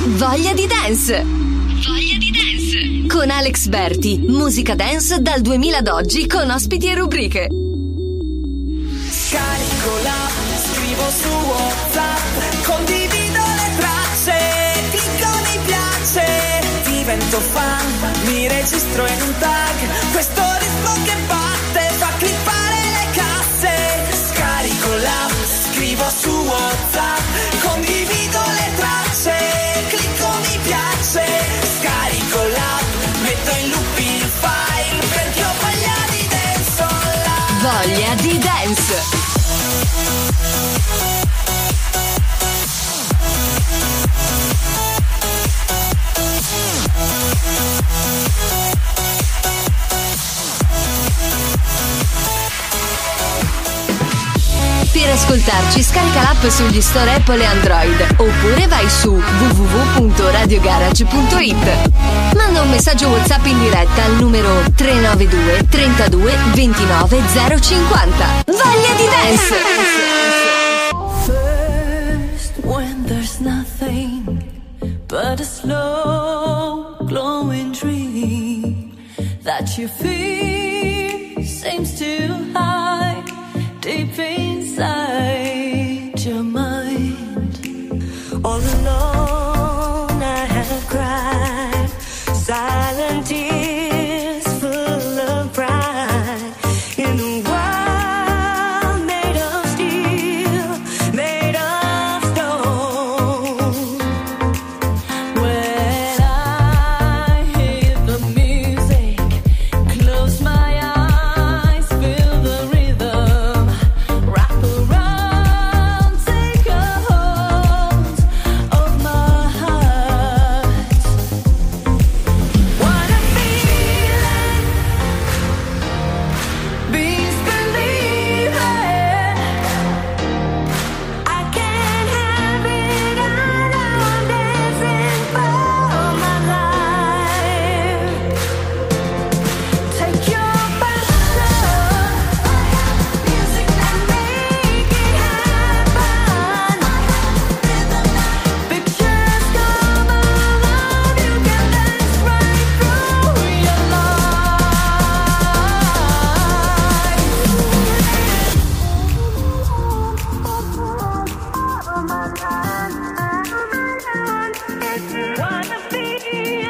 Voglia di dance. Voglia di dance. Con Alex Berti, musica dance dal 2000 ad oggi con ospiti e rubriche. Scarico l'app, scrivo su WhatsApp, condivido le tracce, clicco mi piace, divento fan, mi registro in un tag, questo ritmo che batte fa clippare le casse. Scarico l'app, scrivo su WhatsApp, condivido le tracce, clicco mi piace, scarico l'app, metto in loop il file perché ho voglia di dance online. Voglia di dance. Per ascoltarci scarica l'app sugli store Apple e Android oppure vai su www.radiogarage.it. Manda un messaggio WhatsApp in diretta al numero 392 32 29 050. Voglia di dance! First, when there's nothing but a slow glowing dream that you feel seems to hide deep inside your mind. All alone I have cried silent tears full of pride in a world made of steel, made of stone. When I hear the music, close my eyes, feel the rhythm, wrap around, take a hold of my heart. What a feeling, beats believing. I can't have it all, now I'm dancing for my life. Take your passion, music that make it happen. Pictures come alive, you can dance right through your life. What a feeling,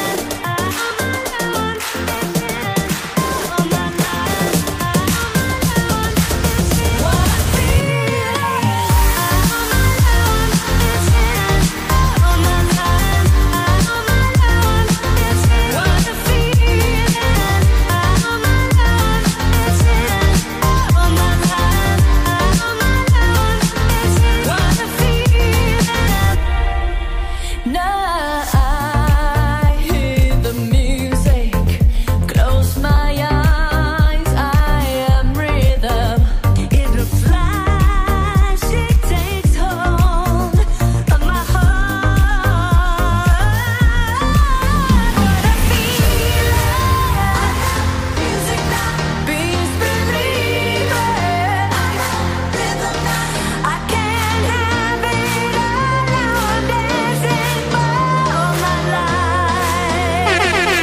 now I hear the music, close my eyes, I am rhythm. In a flash it takes hold of my heart. What a feeling, music that beats believing. I can't have it all, now I'm dancing for my life.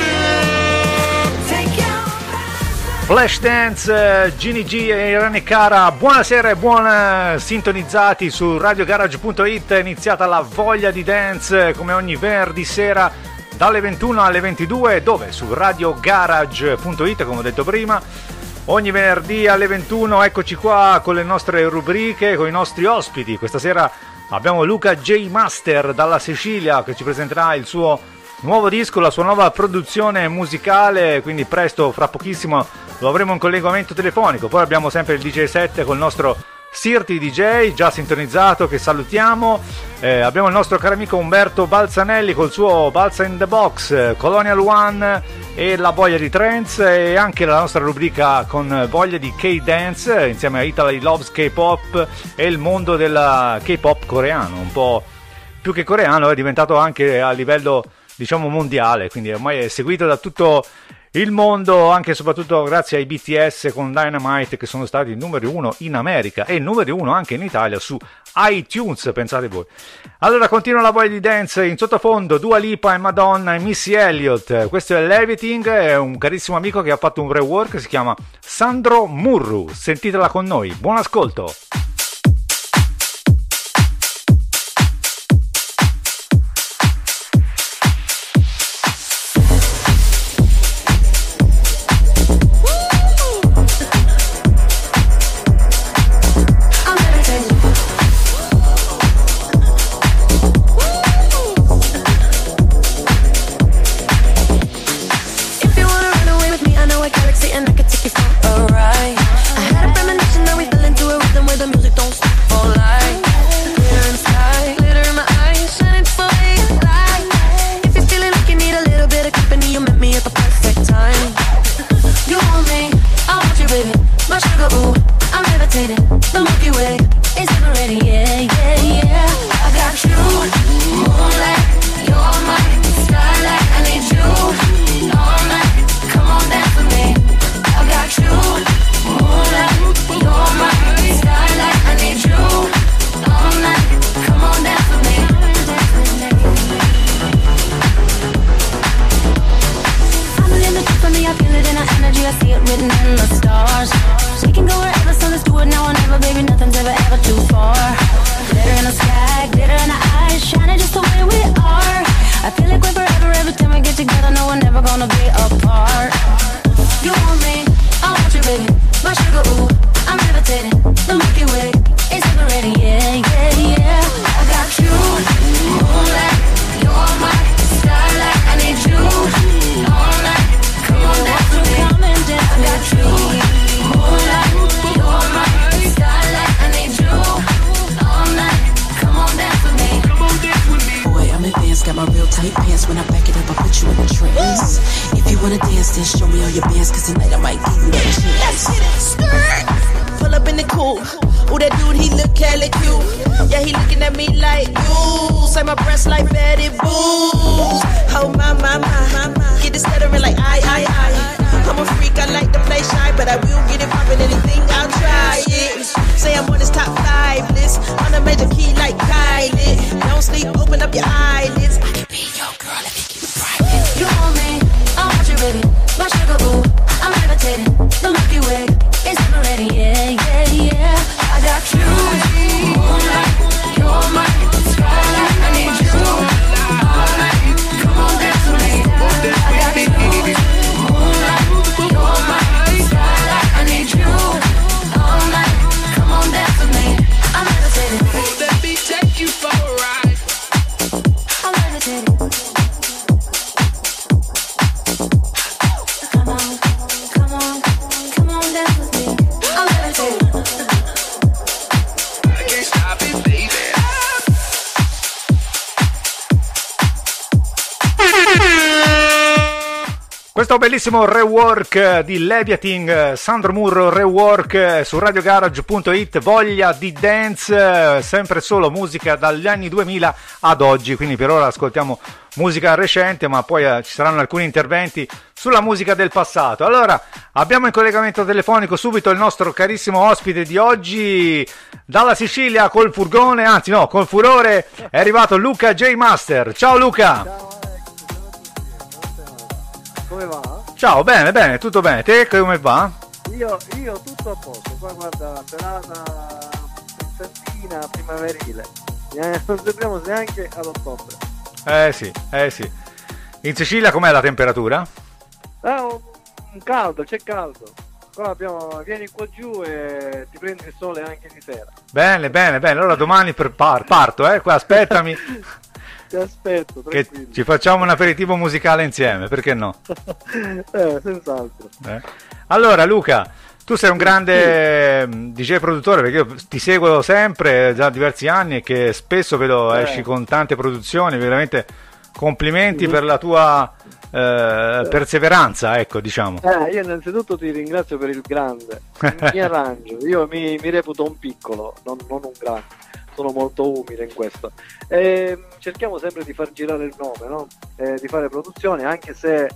Take your Flashdance, Gini G e Irene Cara, buonasera e buon sintonizzati su radiogarage.it. È iniziata la Voglia di Dance come ogni venerdì sera dalle 21 alle 22, dove su radiogarage.it, come ho detto prima, ogni venerdì alle 21 eccoci qua con le nostre rubriche, con i nostri ospiti. Questa sera abbiamo Luca J. Master dalla Sicilia che ci presenterà il suo nuovo disco, la sua nuova produzione musicale, quindi presto, fra pochissimo, lo avremo in collegamento telefonico. Poi abbiamo sempre il DJ set con il nostro Sirti DJ, già sintonizzato, che salutiamo. Abbiamo il nostro caro amico Umberto Balzanelli col suo Balza in the Box, Colonial One e la voglia di trance, e anche la nostra rubrica con voglia di K-Dance insieme a Italy Loves K-Pop e il mondo del K-Pop coreano, un po' più che coreano, è diventato anche a livello, diciamo, mondiale, quindi ormai è seguito da tutto il mondo, anche e soprattutto grazie ai BTS con Dynamite, che sono stati il numero 1 in America e il numero 1 anche in Italia su iTunes, pensate voi. Allora continua la voglia di dance, in sottofondo Dua Lipa e Madonna e Missy Elliott. Questo è Levitating, è un carissimo amico che ha fatto un rework, si chiama Sandro Murru, sentitela con noi, buon ascolto. Questo bellissimo rework di Levitating, Sandro Murru rework su radiogarage.it, voglia di dance, sempre solo musica dagli anni 2000 ad oggi, quindi per ora ascoltiamo musica recente, ma poi ci saranno alcuni interventi sulla musica del passato. Allora, abbiamo in collegamento telefonico subito il nostro carissimo ospite di oggi, dalla Sicilia col furgone, anzi no, col furore, è arrivato Luca J Master. Ciao Luca! Ciao. Come va? Ciao, bene, bene, tutto bene. Te come va? Io tutto a posto, qua guarda, serata sentina primaverile. Non sembriamo neanche ad ottobre. Sì. In Sicilia com'è la temperatura? Un caldo, c'è caldo. Qua vieni qua giù e ti prendi il sole anche di sera. Bene. Allora domani parto, qua aspettami. Ti aspetto, che tranquillo. ci facciamo un aperitivo musicale insieme, perché no? Senz'altro. Allora Luca, tu sei un grande DJ produttore, perché io ti seguo sempre da diversi anni e che spesso vedo esci con tante produzioni, veramente complimenti per la tua perseveranza, ecco, diciamo. Io innanzitutto ti ringrazio per il grande. Mi arrangio, io mi reputo un piccolo, non un grande. Sono molto umile in questo. Cerchiamo sempre di far girare il nome, no? Di fare produzione, anche se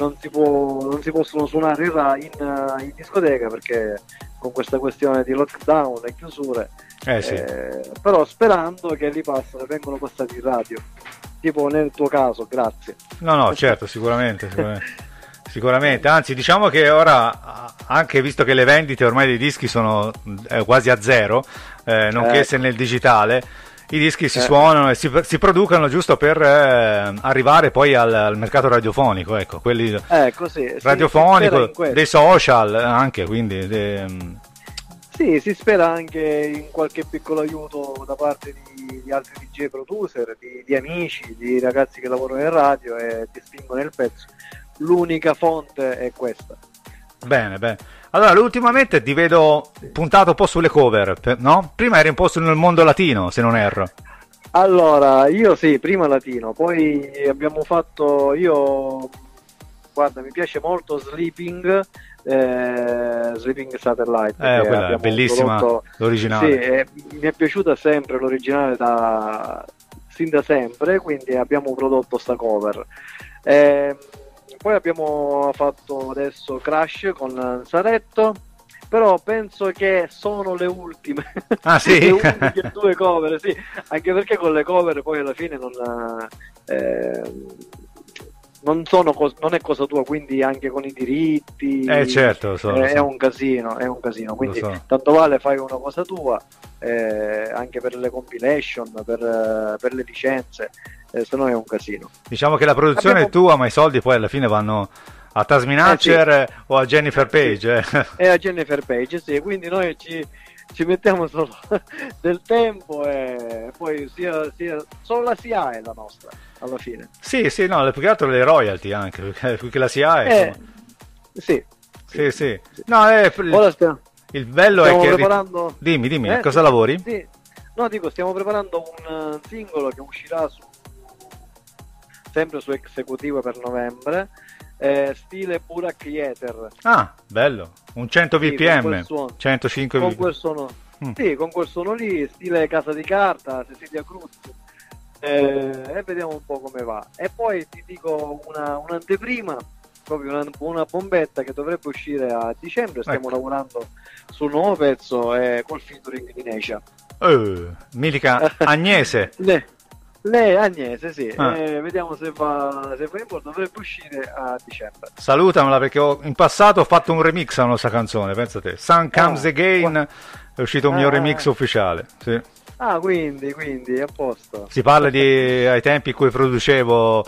non si possono suonare in discoteca perché con questa questione di lockdown e chiusure, Sì. però sperando che li vengono passati in radio, tipo nel tuo caso. Grazie. No, certo, sicuramente. Sicuramente, anzi diciamo che ora, anche visto che le vendite ormai dei dischi sono quasi a zero, nonché se nel digitale, i dischi si suonano e si producono giusto per arrivare poi al mercato radiofonico, ecco, quelli Sì, radiofonico, si spera in dei social anche, quindi sì, si spera anche in qualche piccolo aiuto da parte di altri DJ producer, di amici, di ragazzi che lavorano in radio e ti spingono il pezzo. L'unica fonte è questa. Bene. Allora, ultimamente ti vedo puntato un po' sulle cover, no? Prima eri un po' nel mondo latino, se non erro. Allora, io sì, prima latino, poi abbiamo fatto, guarda, mi piace molto Sleeping Satellite. Quella è bellissima, l'originale. Sì, mi è piaciuta sempre l'originale sin da sempre, quindi abbiamo prodotto sta cover. Poi abbiamo fatto adesso Crash con Saretto, però penso che sono le ultime. Ah sì? Le uniche due cover, sì, anche perché con le cover poi alla fine non è cosa tua, quindi anche con i diritti certo, è un casino, quindi tanto vale fai una cosa tua, anche per le compilation, per le licenze, se no è un casino. Diciamo che la produzione è tua, ma i soldi poi alla fine vanno a Tasmin Hatcher o a Jennifer Page. E a Jennifer Page, sì, quindi noi ci mettiamo solo del tempo e poi solo la SIA è la nostra alla fine. Sì, no, più che altro le royalty anche, perché la SIA è... Sì. No, Ora il bello è che... preparando... Dimmi, a cosa lavori? Sì. No, dico, stiamo preparando un singolo che uscirà sempre su Executivo per novembre, stile Burak Yeter. Ah, bello, un 100 bpm, 105 con bpm. quel suono. Sì, con quel suono lì, stile Casa di Carta, Cecilia Cruz, e vediamo un po' come va. E poi ti dico un'anteprima, proprio una bombetta che dovrebbe uscire a dicembre. Stiamo lavorando sul nuovo pezzo col featuring di Necia. Mitica Agnese. Lei Agnese, sì. Vediamo se va in porto. Dovrebbe uscire a dicembre. Salutamela, perché in passato ho fatto un remix a una nostra canzone, pensa te. Sun Comes Again, è uscito un mio remix ufficiale, sì. Ah, quindi è a posto. Si parla di ai tempi in cui producevo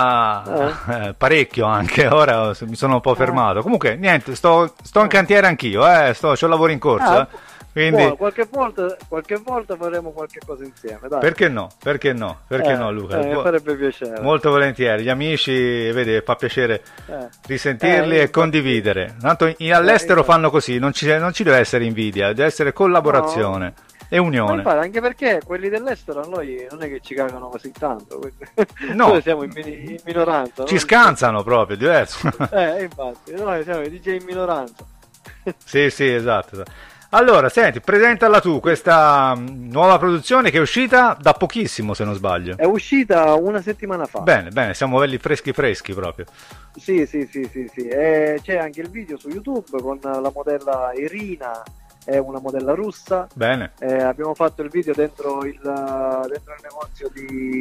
parecchio anche, ora mi sono un po' fermato. Comunque, niente, sto in cantiere anch'io, c'ho lavoro in corso, quindi qualche volta faremo qualche cosa insieme, dai. Perché no, Luca? Mi farebbe piacere. Molto volentieri, gli amici, vedi, fa piacere risentirli e condividere. Tanto all'estero fanno così, non ci deve essere invidia, deve essere collaborazione e unione. Ma anche perché quelli dell'estero a noi non è che ci cagano così tanto, no. Noi siamo in minoranza. Ci scansano proprio, è diverso. Infatti, noi siamo i DJ in minoranza. Sì, esatto. Allora, senti, presentala tu, questa nuova produzione che è uscita da pochissimo, se non sbaglio. È uscita una settimana fa. Bene, siamo belli freschi proprio. Sì. C'è anche il video su YouTube con la modella Irina, è una modella russa. Bene. Abbiamo fatto il video dentro il negozio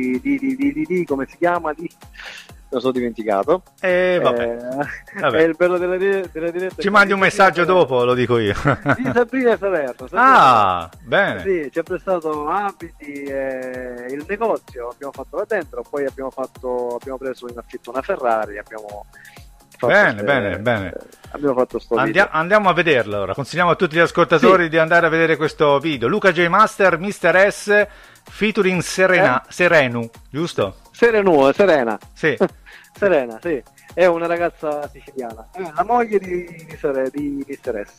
di come si chiama? Lo so dimenticato. Vabbè. È il bello della diretta. Ci mandi un messaggio dopo, lo dico io. Di Sabrina Salerno. Bene. Sì, ci ha prestato abiti il negozio, abbiamo fatto là dentro, poi abbiamo preso in affitto una Ferrari, abbiamo fatto bene. Abbiamo fatto sto video. Andiamo a vederlo ora. Consigliamo a tutti gli ascoltatori di andare a vedere questo video. Luca J Master, Mr. S, featuring Serenu, giusto? Serena. Sì. Serena, sì. È una ragazza siciliana. È la moglie di Mr. S.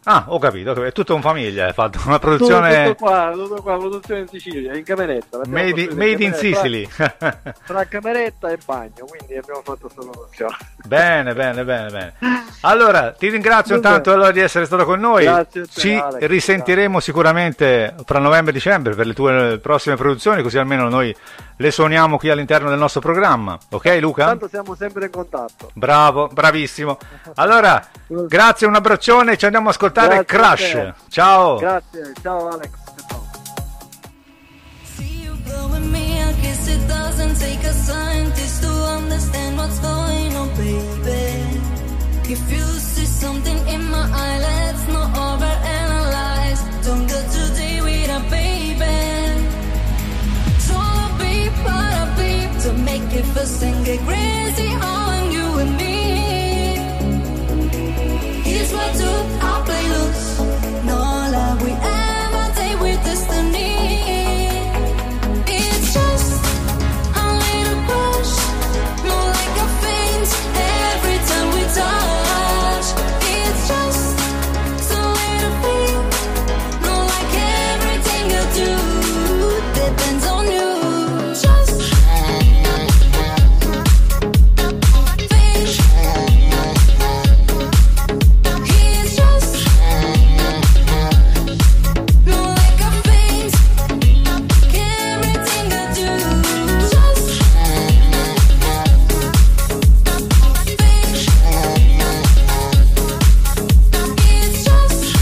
Ah, ho capito, è tutto in famiglia, hai fatto una produzione tutto qua, produzione in Sicilia, in cameretta. l'abbiamo made costruita in cameretta, Sicily. Tra cameretta e bagno, quindi abbiamo fatto questa produzione. Bene. Allora, ti ringrazio Dunque, intanto allora di essere stato con noi. grazie a te, Ci Alex, risentiremo sicuramente fra novembre e dicembre per le tue prossime produzioni, così almeno noi le suoniamo qui all'interno del nostro programma. Ok, Luca? Tanto siamo sempre in contatto. Bravo, bravissimo. Allora, grazie, un abbraccione, ci andiamo a ascoltare Grazie a Crash. te. Ciao. Grazie, ciao Alex. Ciao. See you blowing me, I guess it doesn't take a scientist to understand what's going on, baby. If you see something in my eye, let's not overanalyze. Don't go too deep with a baby. So I'll be, but I'll be to make it first and get crazy on you and me. Here's what to I'll play loose. No love we ever take with destiny. It's just a little crush, more like a faint every time we touch. It's just a little thing, more like everything I do depends on you. Just He's just more like a faint everything I do. Just It's just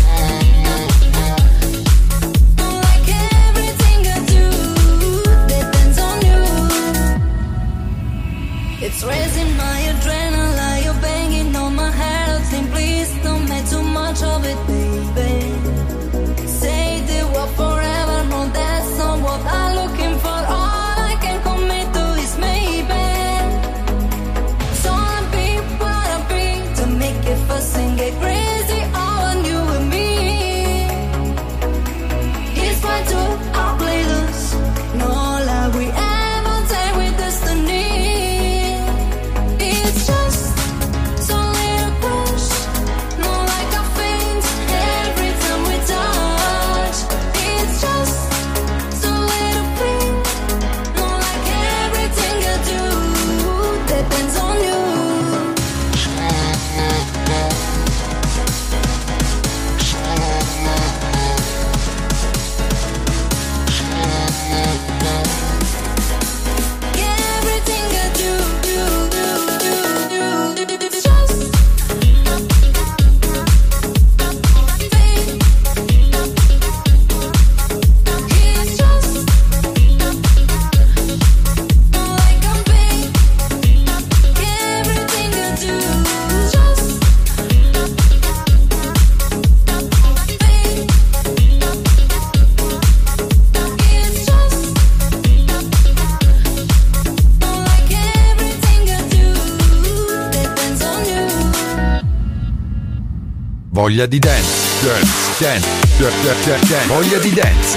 more like everything I do depends on you. It's raising my adrenaline, you're banging on my head. I think please don't make too much of it, baby. Say the word forever, no, that's not what I'm looking for. All I can commit to is maybe. So I'll be what I'll be to make it fuss and get crazy on you and me. It's fine to I'll play loose. No love we ever take with destiny. It's just so little push, more like a faint every time we touch. It's just so little thing, more like everything I do depends on you. Everything I do, it's just He's just more like a babe. Everything I do, just It's just more like everything I do depends on you. Voglia di dance, voglia di dance,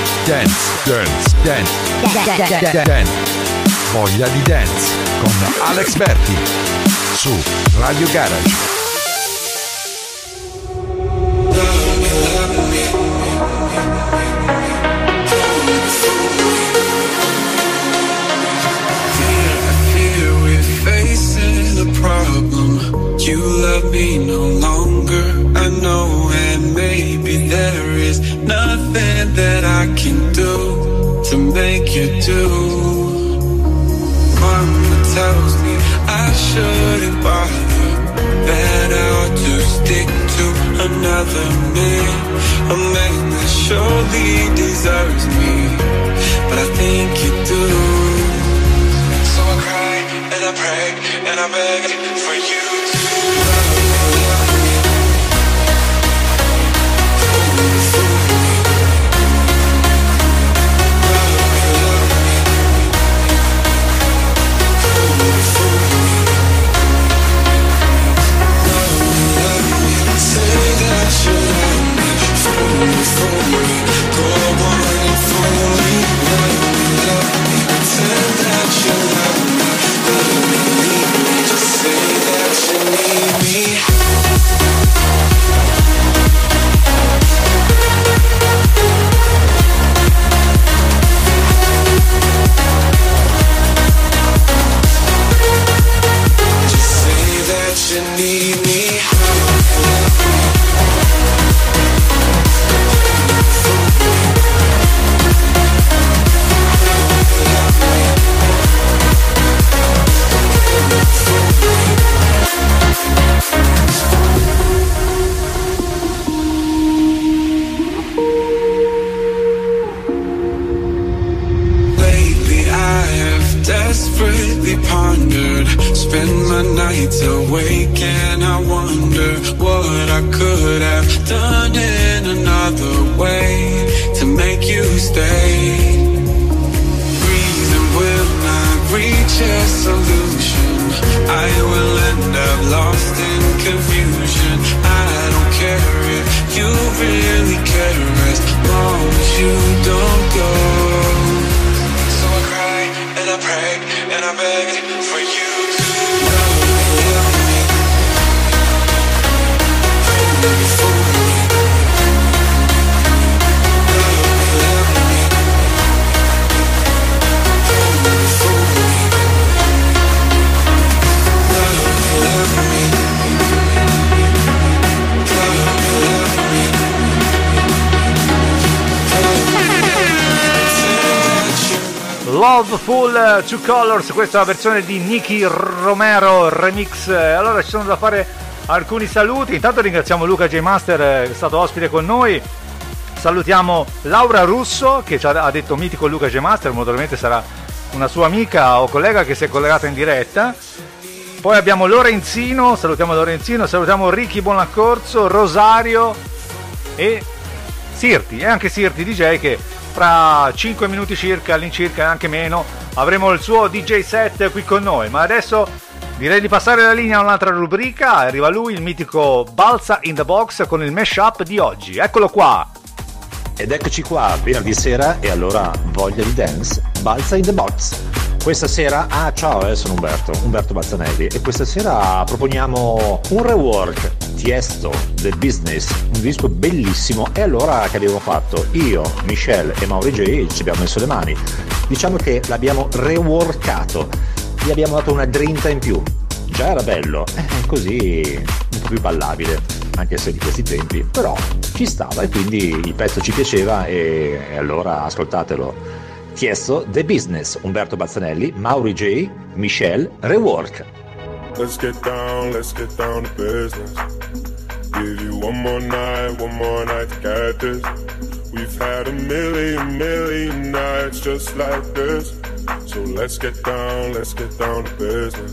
dance. Voglia di dance con Alex Berti su Radio Garage. Fear we're facing a problem. You love me no longer, I know, and maybe there is nothing that I can do to make you do. Mama tells me I shouldn't bother, that I ought to stick to another man, a man that surely deserves me, but I think you do. So I cry and I pray and I beg for you to love me. Go on and fool me, love me. nightly pondered, spend my nights awake and I wonder what I could have done in another way to make you stay. Reason will not reach a solution, I will end up lost in confusion. I don't care if you really care as long as you don't go. So I cry and I pray and I beg for you to love me for me. Love me for me. Love me. Loveful Two Colors, questa è la versione di Nicky Romero remix. Allora ci sono da fare alcuni saluti. Intanto ringraziamo Luca J Master, che è stato ospite con noi. Salutiamo Laura Russo, che ci ha detto mitico Luca J Master, probabilmente sarà una sua amica o collega che si è collegata in diretta. Poi abbiamo Lorenzino, salutiamo Ricky Bonaccorso, Rosario e Sirti, e anche Sirti DJ, che fra 5 minuti circa, all'incirca, anche meno, avremo il suo DJ set qui con noi. Ma adesso direi di passare la linea a un'altra rubrica. Arriva lui, il mitico Balsa in the Box, con il mashup di oggi. Eccolo qua. Ed eccoci qua, venerdì sera, e allora voglia di dance, Balsa in the Box. Questa sera, ciao, sono Umberto Balzanelli, e questa sera proponiamo un rework, Tiesto, The Business, un disco bellissimo. E allora che abbiamo fatto? Io, Michelle e Mauri J ci abbiamo messo le mani, diciamo che l'abbiamo reworkato, gli abbiamo dato una grinta in più. Già era bello, così un po' più ballabile, anche se di questi tempi, però ci stava, e quindi il pezzo ci piaceva, e allora ascoltatelo. Tiesto, The Business, Umberto Balzanelli, Mauri J, Michelle, rework. Let's get down to business. Give you one more night to get this. We've had a million nights just like this. So let's get down to business.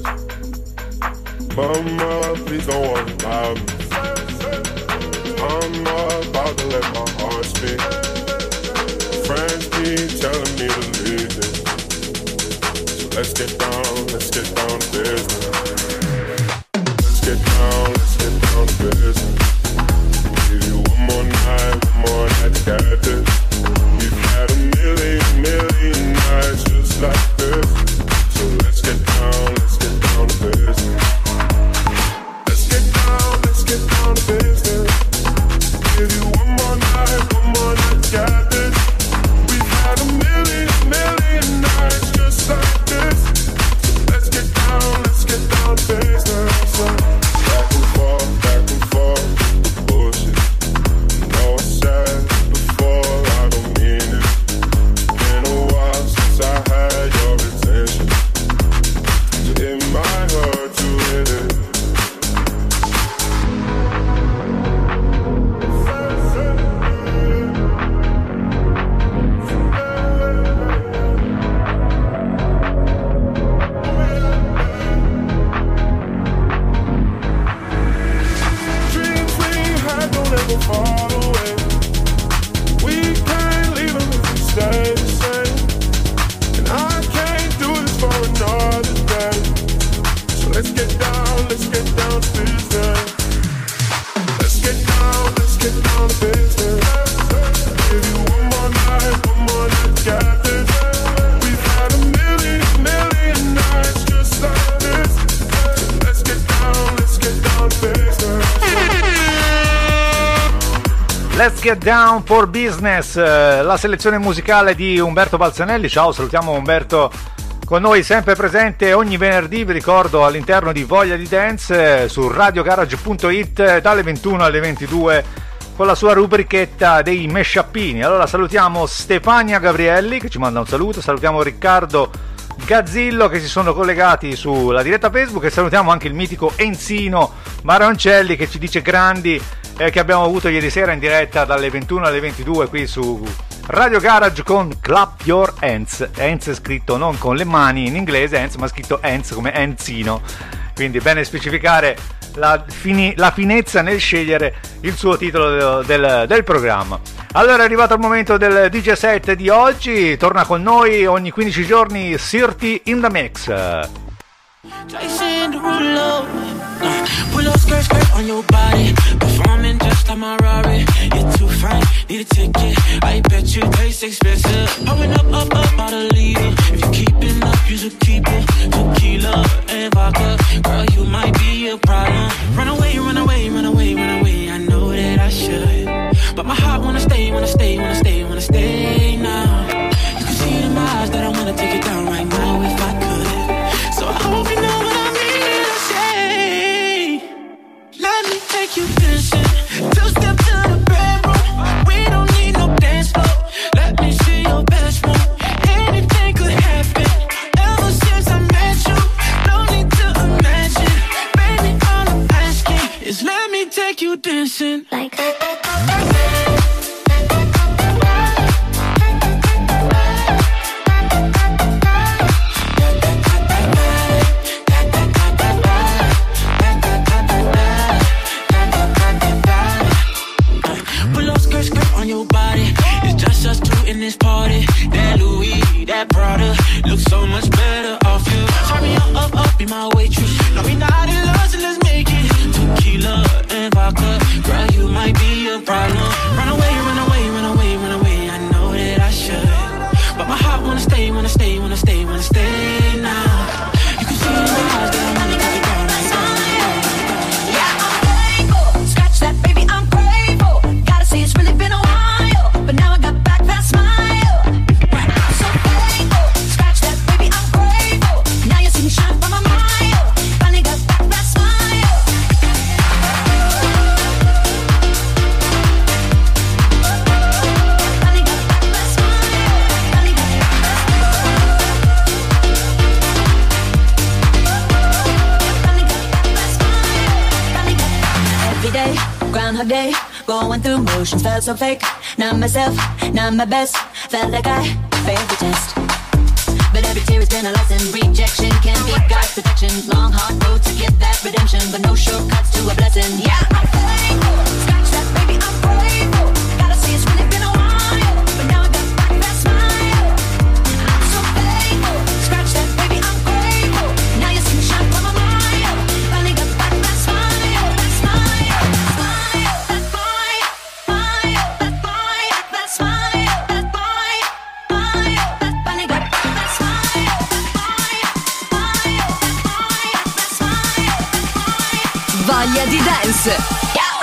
Mama, please don't worry about me. I'm about to let my heart speak. Friends keep telling me to leave it. So let's get down to business. Let's get down to business. Give you one more night to get this. We've had a million nights just like this. So let's get down to business. Let's get down to business. Give you one more night to get this. We've had a million nights just like this. So let's get down to business. Back and forth, the bullshit. You know I said before, I don't mean it. It's been a while since I had your attention. So it might hurt to hit it. Far away. We can't leave them if we stay the same. And I can't do this for another day. So let's get down to business. Let's get down to business. Give you one more night to get this. We've had a million nights just like this. So let's get down to business. Let's Get Down for Business, la selezione musicale di Umberto Balzanelli. Ciao, salutiamo Umberto con noi, sempre presente ogni venerdì, vi ricordo, all'interno di Voglia di Dance su radiogarage.it dalle 21 alle 22 con la sua rubrichetta dei meshappini. Allora salutiamo Stefania Gabrielli che ci manda un saluto, salutiamo Riccardo Gazzillo che si sono collegati sulla diretta Facebook, e salutiamo anche il mitico Enzino Maroncelli che ci dice grandi, che abbiamo avuto ieri sera in diretta dalle 21 alle 22 qui su Radio Garage con Clap Your Hands. Hands è scritto non con le mani in inglese, hands, ma scritto hands come handsino. Quindi bene specificare la finezza nel scegliere il suo titolo del programma. Allora è arrivato il momento del DJ set di oggi. Torna con noi ogni 15 giorni Sirty in the Mix. Willow skirt, skirt on your body, performing just like my Rari. You're too fine, need a ticket. I bet you taste expensive. Pouring up, up, up out a leader. If you're keeping up, you should keep it. Tequila and vodka, girl, you might be a problem. Run away, run away, run away, run away. I know that I should, but my heart wanna stay, wanna stay, wanna stay, wanna stay now. You can see in my eyes that I wanna take it down right now if I could. So I hope you know what I mean to say. Let me take you dancing. Two step to the bedroom. We don't need no dance floor. Let me see your best move. Anything could happen. Ever since I met you, no need to imagine. Baby, all I'm asking is let me take you dancing. Like this party, that Louis, that Prada, looks so much better off you. Turn me up, up, be my waitress. No, we not in love, so let's make it. Tequila and vodka, girl, you might be a problem. Run away, run away, run away, run away. I know that I should, but my heart wanna stay, wanna stay, wanna stay, wanna stay now. You can see in my eyes that I wanna take it down right now. Yeah, I'm grateful. Scratch that, baby, I'm grateful. Gotta say it's really been a while, but now I got back that smile. Groundhog Day, going through motions, felt so fake. Not myself, not my best. Felt like I failed the test. But every tear has been a lesson. Rejection can be God's protection. Long, hard road to get that redemption, but no shortcuts to a blessing. Yeah, I'm thankful. Scratch that, baby, I'm grateful. Gotta say it's really been a while, but now I got back that smile. I'm so thankful. Scratch that, baby, I'm grateful. Now you see me shine from a mile. Finally got back that smile, that smile. Voglia di dance.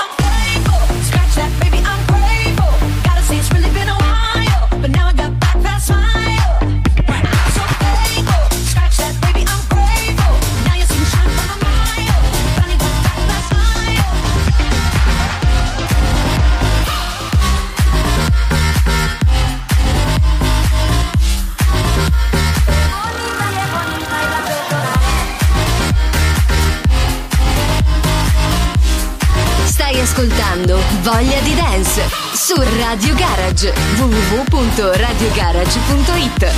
Ascoltando Voglia di Dance su Radio Garage, www.radiogarage.it.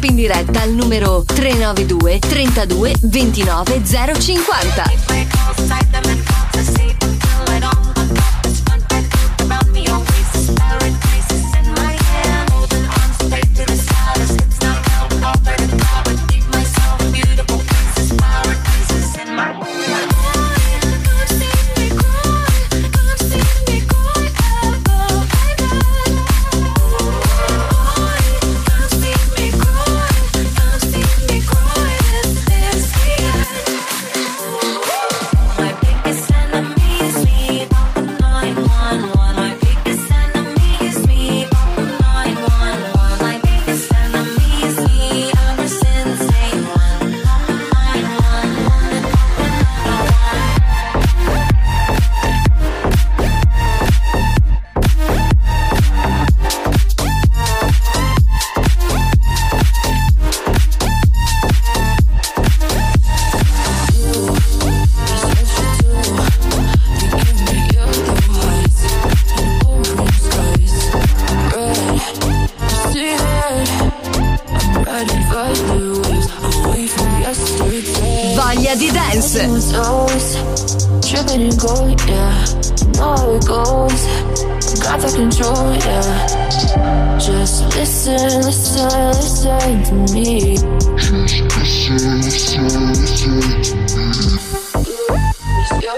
WhatsApp in diretta al numero 392 32 29 050. Voglia di dance. Tripping and go, yeah. You know how it goes. Got the control, yeah. Just listen, listen, listen to me. Just listen, listen, listen to me. It's you.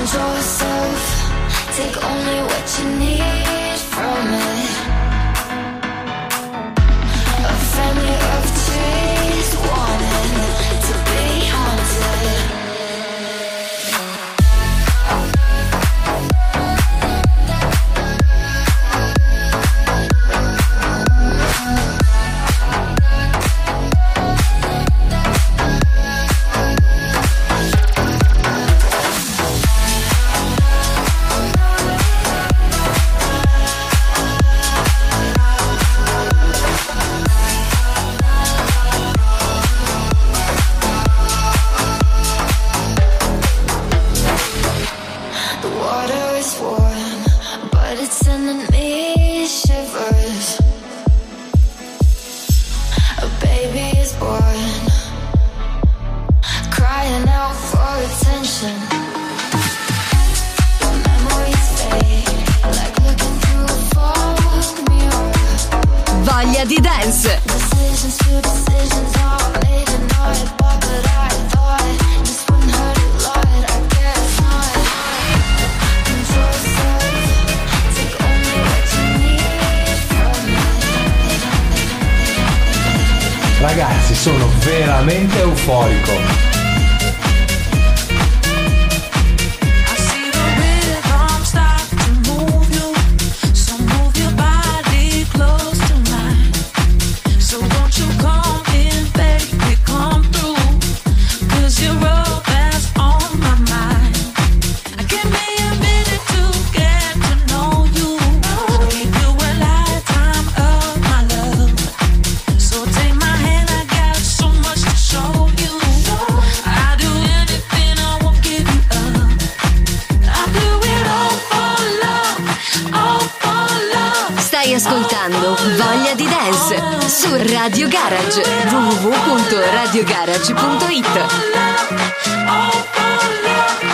Take only what you need from it. listen. Your memories fade, like looking through a fog mirror. Voglia di dance. Decisions to decisions all late at night, but I thought this wouldn't hurt a lot. I guess not. Control yourself, take only what you need from me. Ragazzi, sono veramente euforico. I see the rhythm start to move you, so move your body close to mine. So won't you come in, baby, come through, 'cause you're all that's on my mind. Give me a minute to get to know you, give you a lifetime of my love. So take my hand, I got so much to show you. I'll do anything, I won't give you up. I'll do it all for love, all for love. Stai ascoltando Voglia di Dance su Radio Garage, www.radiogarage.it. All for love.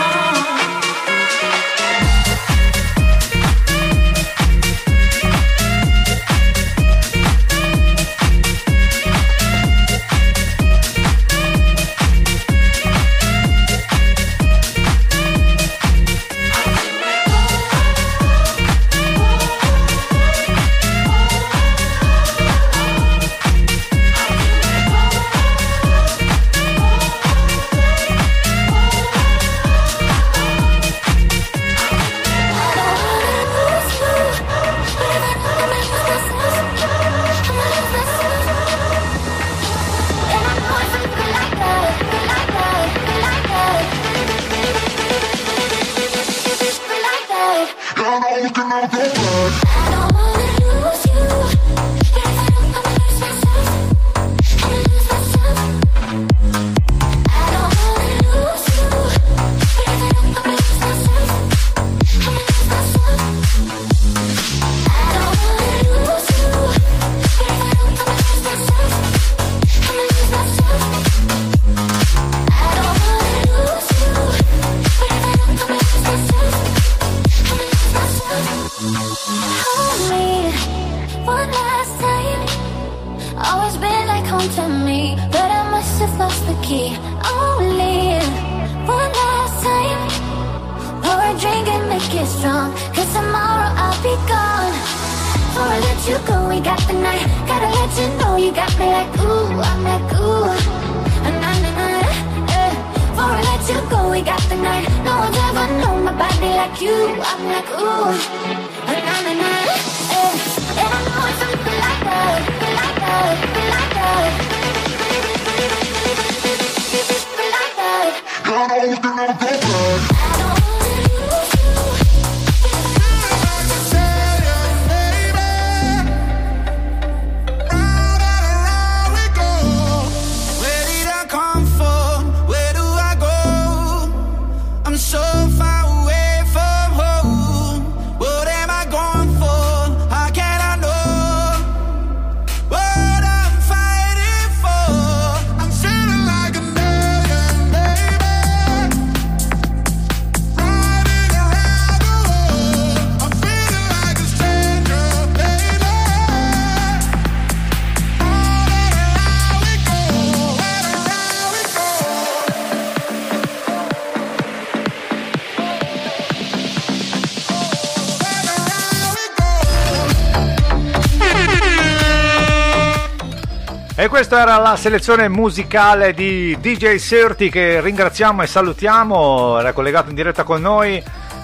E questa era la selezione musicale di DJ Certi, che ringraziamo e salutiamo, era collegato in diretta con noi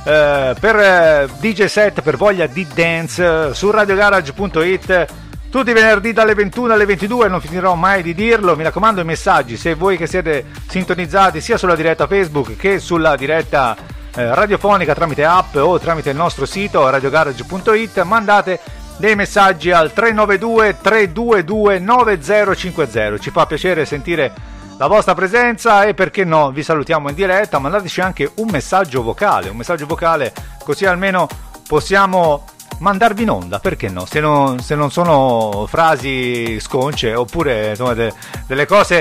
per DJ set per Voglia di Dance su radiogarage.it tutti i venerdì dalle 21 alle 22, non finirò mai di dirlo. Mi raccomando, i messaggi, se voi che siete sintonizzati sia sulla diretta Facebook che sulla diretta radiofonica tramite app o tramite il nostro sito radiogarage.it, mandate dei messaggi al 392 322 9050. Ci fa piacere sentire la vostra presenza e, perché no, vi salutiamo in diretta. Mandateci anche un messaggio vocale, così almeno possiamo mandarvi in onda, perché no, se non sono frasi sconce oppure insomma delle cose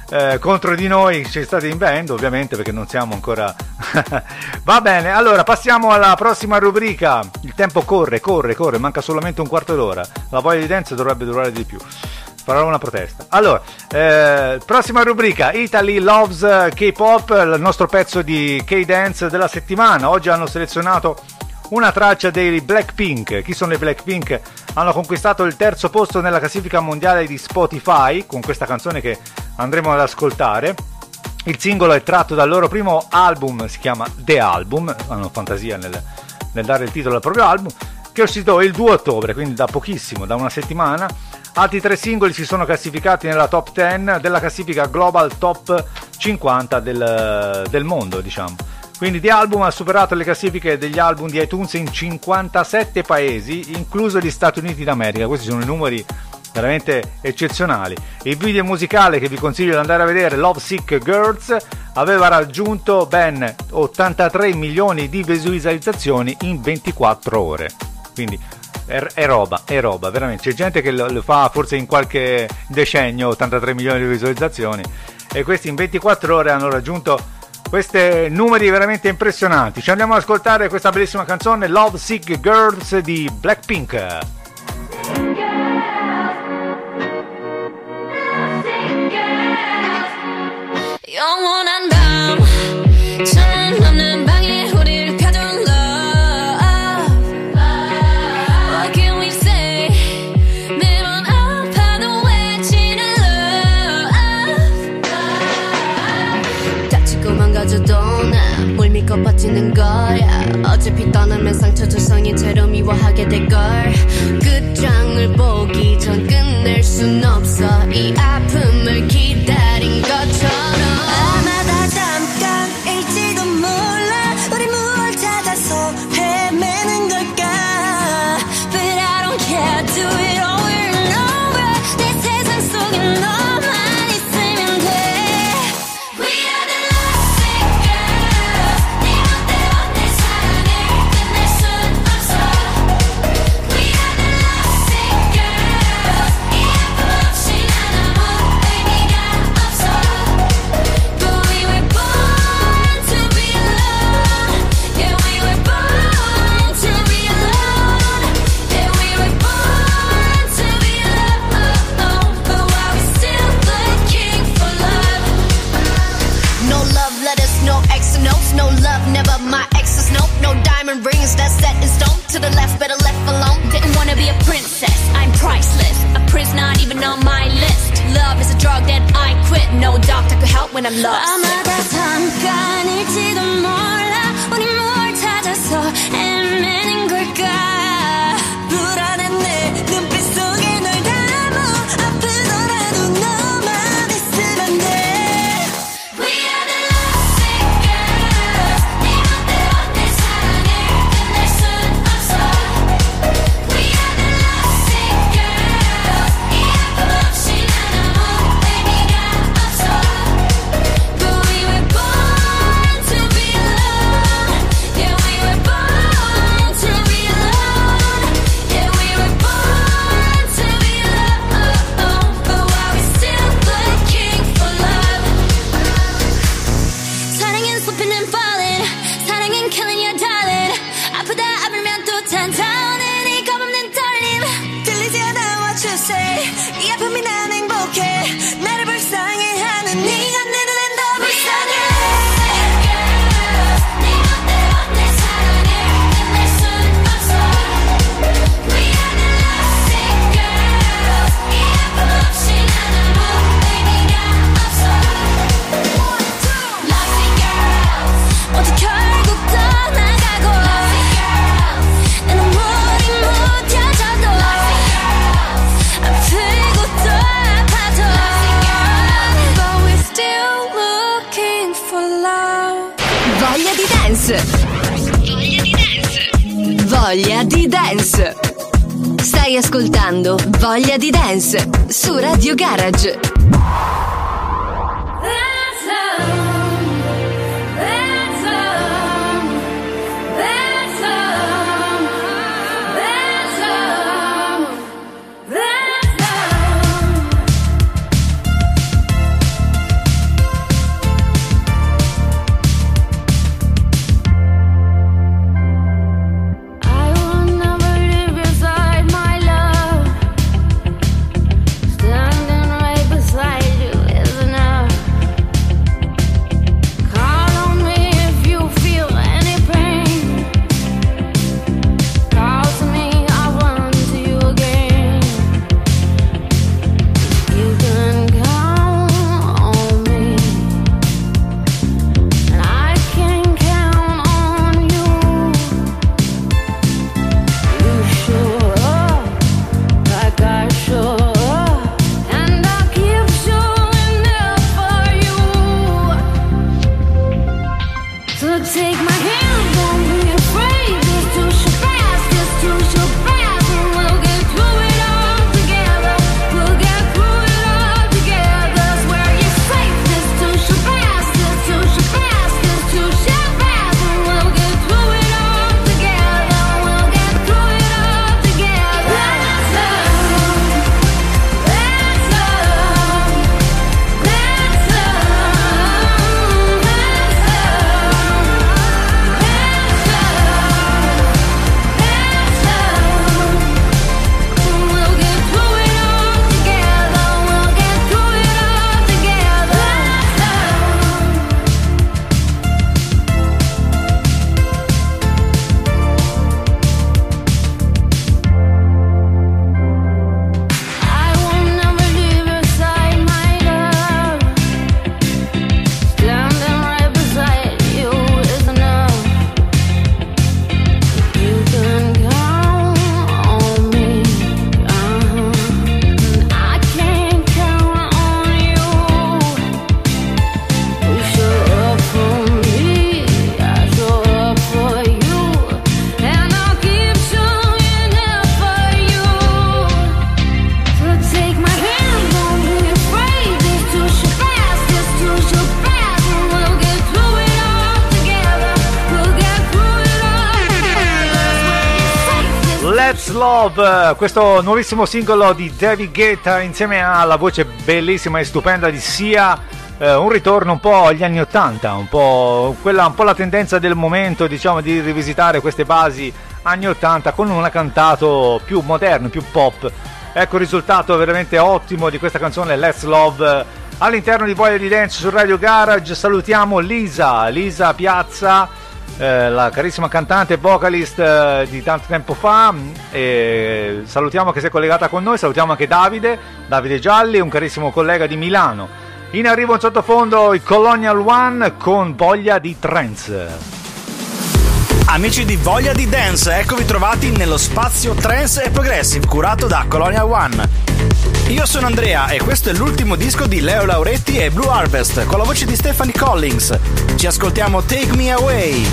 contro di noi ci state invendo, ovviamente, perché non siamo ancora va bene. Allora passiamo alla prossima rubrica. Il tempo corre, manca solamente un quarto d'ora. La voglia di dance dovrebbe durare di più. Farò una protesta. Allora, prossima rubrica, Italy Loves K-Pop, il nostro pezzo di K-Dance della settimana. Oggi hanno selezionato una traccia dei Blackpink. Chi sono i Blackpink? Hanno conquistato il terzo posto nella classifica mondiale di Spotify con questa canzone che andremo ad ascoltare. Il singolo è tratto dal loro primo album, si chiama The Album, hanno fantasia nel dare il titolo al proprio album, che è uscito il 2 ottobre, quindi da pochissimo, da una settimana. Altri 3 singoli si sono classificati nella top 10 della classifica Global Top 50 del mondo, diciamo. Quindi The Album ha superato le classifiche degli album di iTunes in 57 paesi, incluso gli Stati Uniti d'America. Questi sono i numeri veramente eccezionali. Il video musicale che vi consiglio di andare a vedere, Love Sick Girls, aveva raggiunto ben 83 milioni di visualizzazioni in 24 ore. Quindi è roba, veramente. C'è gente che lo fa forse in qualche decennio, 83 milioni di visualizzazioni, e questi in 24 ore hanno raggiunto questi numeri veramente impressionanti. Ci andiamo ad ascoltare questa bellissima canzone, Love Sick Girls di Blackpink. 영원한 밤 잠 없는 방에 우리를 가둔 love. What can we say? 매번 아파도 외치는 love. 다치고 망가져도 난 뭘 믿고 버티는 거야. 어차피 떠나면 상처 조성인 채로 미워하게 될걸. 끝장을 보기 전 끝낼 순 없어. 이 아픔을 기다린 것처럼. 아마 다 잠깐일지도 몰라. 우리 무얼 찾아서 헤매는 걸까. But I don't care. Do it over and over. 내 세상 속에 너만 있으면 돼. We are the lovesick girls. 네 멋대로 내 사랑을 끝낼 순 없어. We are the lovesick girls. 이 아픔 없이 난 아무 의미가 없어. But we were born to be alone. Yeah, we were born to be alone. Yeah, we were born to be alone. But while we're still looking for love. No love letters, no extra notes, no love, never my exes, nope. No diamond rings that's set in stone. To the left, better left alone. Didn't wanna be a princess, I'm priceless. A prince not even on my list. Love is a drug that I quit. No doctor could help when I'm lost. 아마 다 잠깐일지도 몰라. 우리 뭘 찾아서 헤매는 걸까. 불안한 내 눈빛 속에 널 담아. 아프더라도 너만 있으면 돼. We are the lovesick girls. 네 멋대로 내 사랑을 끝낼 순 없어. We are the lovesick girls. 이 아픔 없이 난 아무 의미가 없어. But we were born to be alone. Yeah, we were born to be alone. Yeah, we were born to be alone. But while we're still looking for love. 사랑은 slipping and falling. 사랑은 killing your darling. 아프다 아프면 또 탄타오는 이 겁없는 떨림. 들리지 않아 what you say. 이 아픔이 난 행복해. 나를 불쌍해하는 네가 내 눈엔 더 불쌍해. 네 멋대로 내 사랑을 끝낼 순 없어. We are the lovesick girls. 이 아픔 없이 난 아무 의미가 없어. Lovesick girls. 모두 결국 떠나가고. Lovesick girls. 내 눈물이 묻혀져도. Lovesick girls. 아프고 또 아파도. Lovesick girls. But we're still looking for love. Voglia di dance. Voglia di dance. Stai ascoltando Voglia di dance su Radio Garage. That's love. That's love. That's love. That's love. That's love. Love, questo nuovissimo singolo di David Guetta insieme alla voce bellissima e stupenda di Sia, un ritorno un po' agli anni 80, un po' la tendenza del momento, diciamo, di rivisitare queste basi anni 80 con un cantato più moderno, più pop. Ecco il risultato veramente ottimo di questa canzone Let's Love all'interno di Voglia di Dance su Radio Garage. Salutiamo Lisa Piazza, la carissima cantante e vocalist di tanto tempo fa, e salutiamo che si è collegata con noi. Salutiamo anche Davide Gialli, un carissimo collega di Milano. In arrivo in sottofondo i Colonial One con Voglia di Trance. Amici di Voglia di Dance, eccovi trovati nello spazio Trance e Progressive curato da Colonial One. Io sono Andrea e questo è l'ultimo disco di Leo Lauretti e Blue Harvest con la voce di Stephanie Collins. Ci ascoltiamo Take Me Away.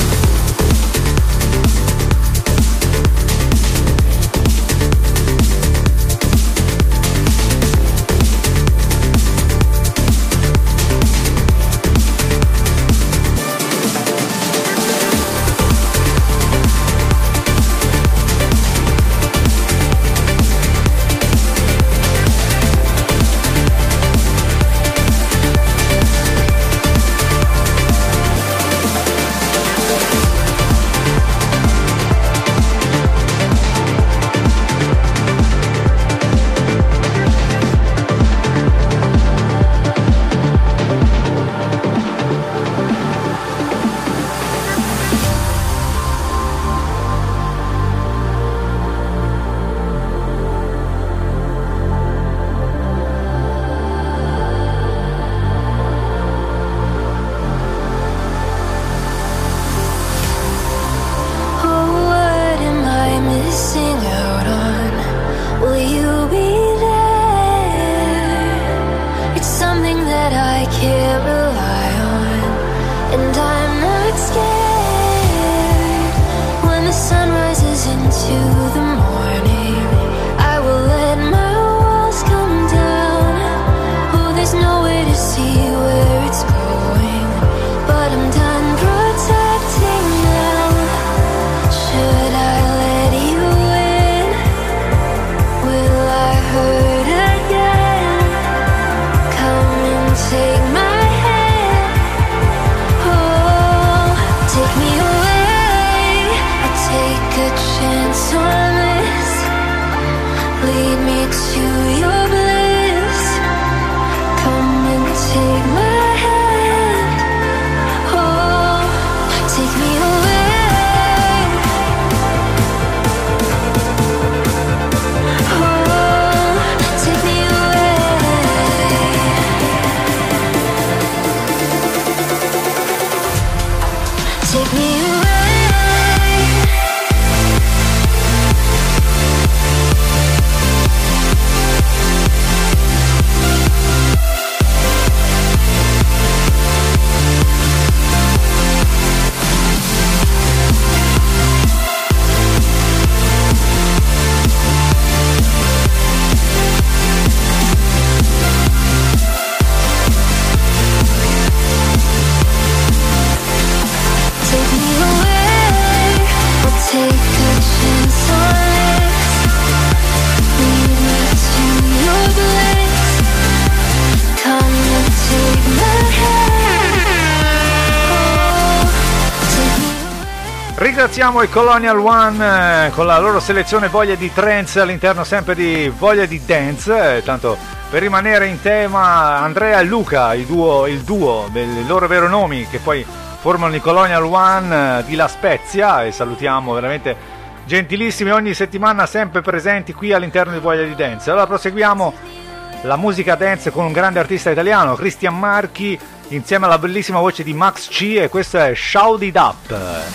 Ringraziamo i Colonial One con la loro selezione Voglia di Trance all'interno sempre di Voglia di Dance. Tanto per rimanere in tema, Andrea e Luca, il duo dei loro veri nomi, che poi formano i Colonial One di La Spezia, e salutiamo, veramente gentilissimi, ogni settimana sempre presenti qui all'interno di Voglia di Dance. Allora proseguiamo la musica dance con un grande artista italiano, Cristian Marchi, insieme alla bellissima voce di Max C, e questo è Shout It Up.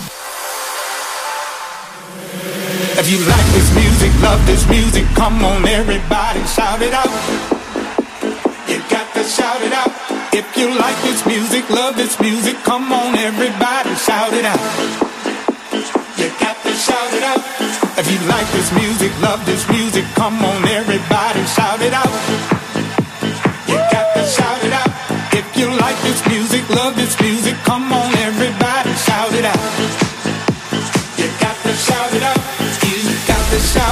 If you like this music, love this music, come on everybody, shout it out. You got to shout it out. If you like this music, love this music, come on everybody, shout it out. You got to shout it out. If you like this music, love this music, come on everybody, shout it out. You got to shout it out. If you like this music, love this music, come on everybody, shout it out. You got to shout it out. You got to shout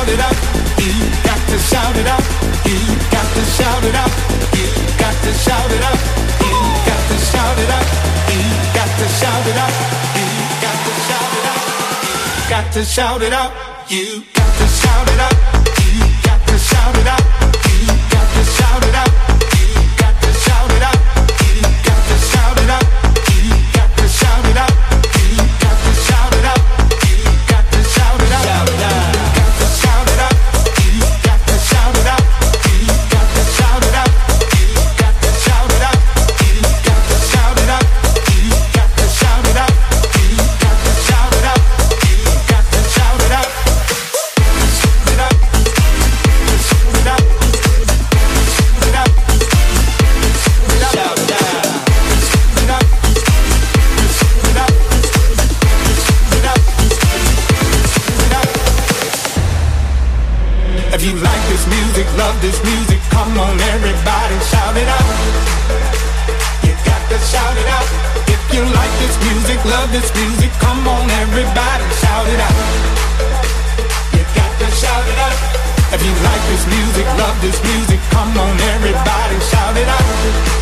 got to shout it out. You got to shout it out. You got to shout it out. You got to shout it out. You got to shout it out. You got to shout it out. You got to shout it out. You got to shout it out. You got to shout it out. Shout it out. You got to shout it out. You got to shout it out. You got to shout it out. You got to shout it out. You got to shout it out. You got to shout it out. You got to shout it out. You got to shout it out. If you like this music, love this music, come on everybody, shout it out. You got to shout it out. If you like this music, love this music, come on everybody, shout it out. You got to shout it out. If you like this music, love this music, come on everybody, shout it out.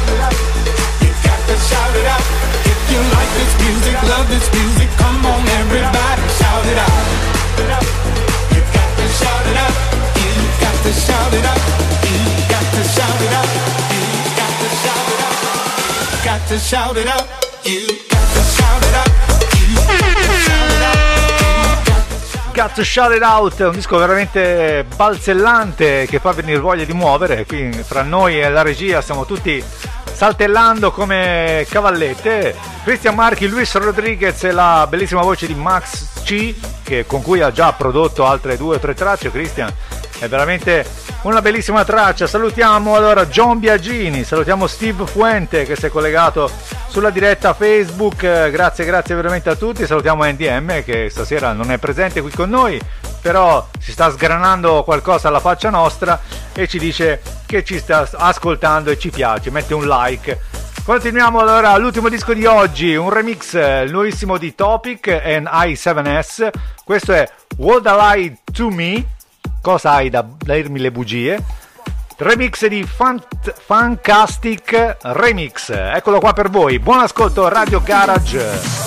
You got to shout it out. If you like this music, love this music, come on everybody, shout it out. You got to shout it out. Got to shout it out. You got to shout it out. You got to shout it out. Got to shout it out. You got to shout it out. You got to shout it out. Got to Shout It Out, un disco veramente balzellante che fa venire voglia di muovere. Qui fra noi e la regia stiamo tutti saltellando come cavallette. Cristian Marchi, Luis Rodriguez e la bellissima voce di Max C, con cui ha già prodotto altre 2 o 3 tracce. Cristian, è veramente una bellissima traccia. Salutiamo allora John Biagini, salutiamo Steve Fuente che si è collegato sulla diretta Facebook, grazie veramente a tutti. Salutiamo NDM che stasera non è presente qui con noi, però si sta sgranando qualcosa alla faccia nostra e ci dice che ci sta ascoltando e ci piace, mette un like. Continuiamo allora all'ultimo disco di oggi, un remix nuovissimo di Topic e I7S. Questo è What I Lie to Me. Cosa hai da dirmi le bugie? Remix di Fancastic Remix. Eccolo qua per voi. Buon ascolto, Radio Garage.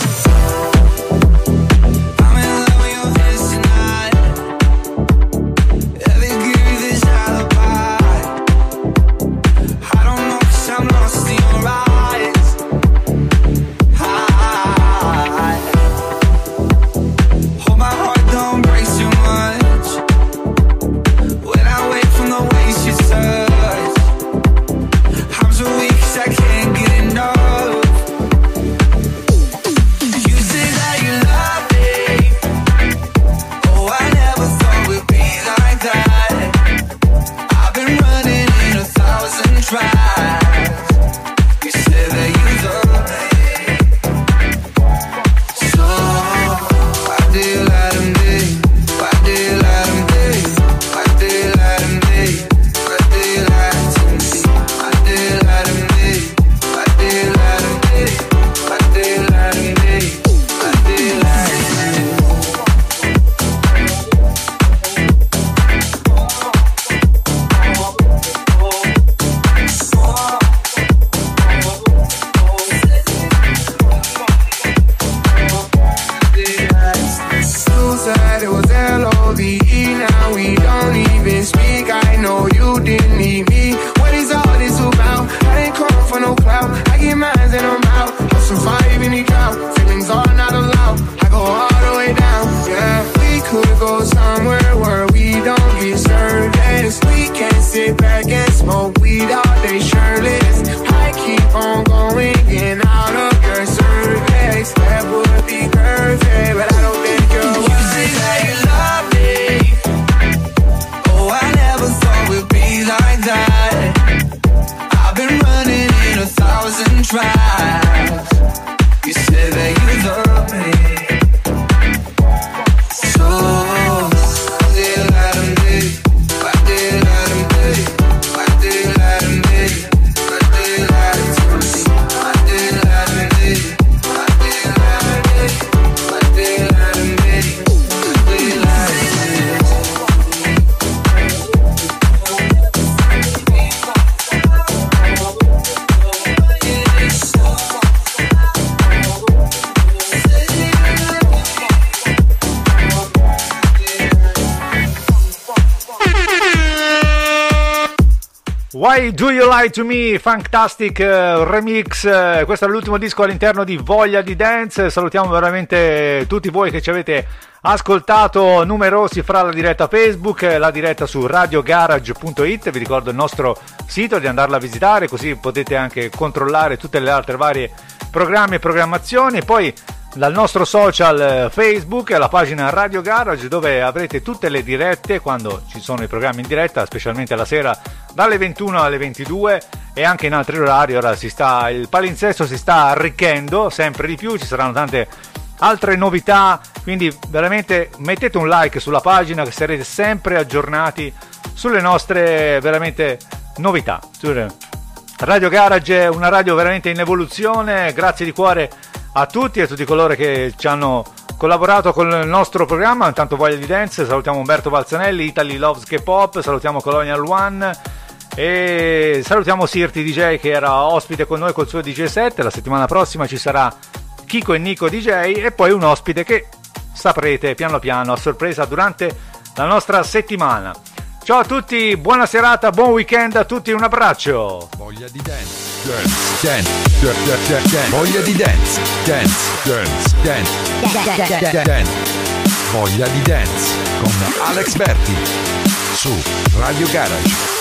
Try Why Do You Lie To Me, Fantastic Remix, questo è l'ultimo disco all'interno di Voglia di Dance. Salutiamo veramente tutti voi che ci avete ascoltato, numerosi, fra la diretta Facebook, la diretta su radiogarage.it. Vi ricordo il nostro sito, di andarla a visitare, così potete anche controllare tutte le altre varie programmi e programmazioni. Poi dal nostro social Facebook, la pagina Radio Garage, dove avrete tutte le dirette quando ci sono i programmi in diretta, specialmente la sera dalle 21 alle 22 e anche in altri orari. Ora il palinsesto si sta arricchendo sempre di più, ci saranno tante altre novità, quindi veramente mettete un like sulla pagina, che sarete sempre aggiornati sulle nostre veramente novità. Radio Garage è una radio veramente in evoluzione. Grazie di cuore a tutti e a tutti coloro che ci hanno collaborato con il nostro programma. Intanto Voglia di Dance, salutiamo Umberto Balzanelli, Italy Loves K-Pop, salutiamo Colonial One e salutiamo Sirti DJ che era ospite con noi col suo DJ set. La settimana prossima ci sarà Kiko e Nico DJ e poi un ospite che saprete piano piano a sorpresa durante la nostra settimana. Ciao a tutti, buona serata, buon weekend a tutti, un abbraccio. Voglia di dance, dance, dance. Voglia di dance, dance, dance, dance. Voglia di dance con Alex Berti su Radio Garage.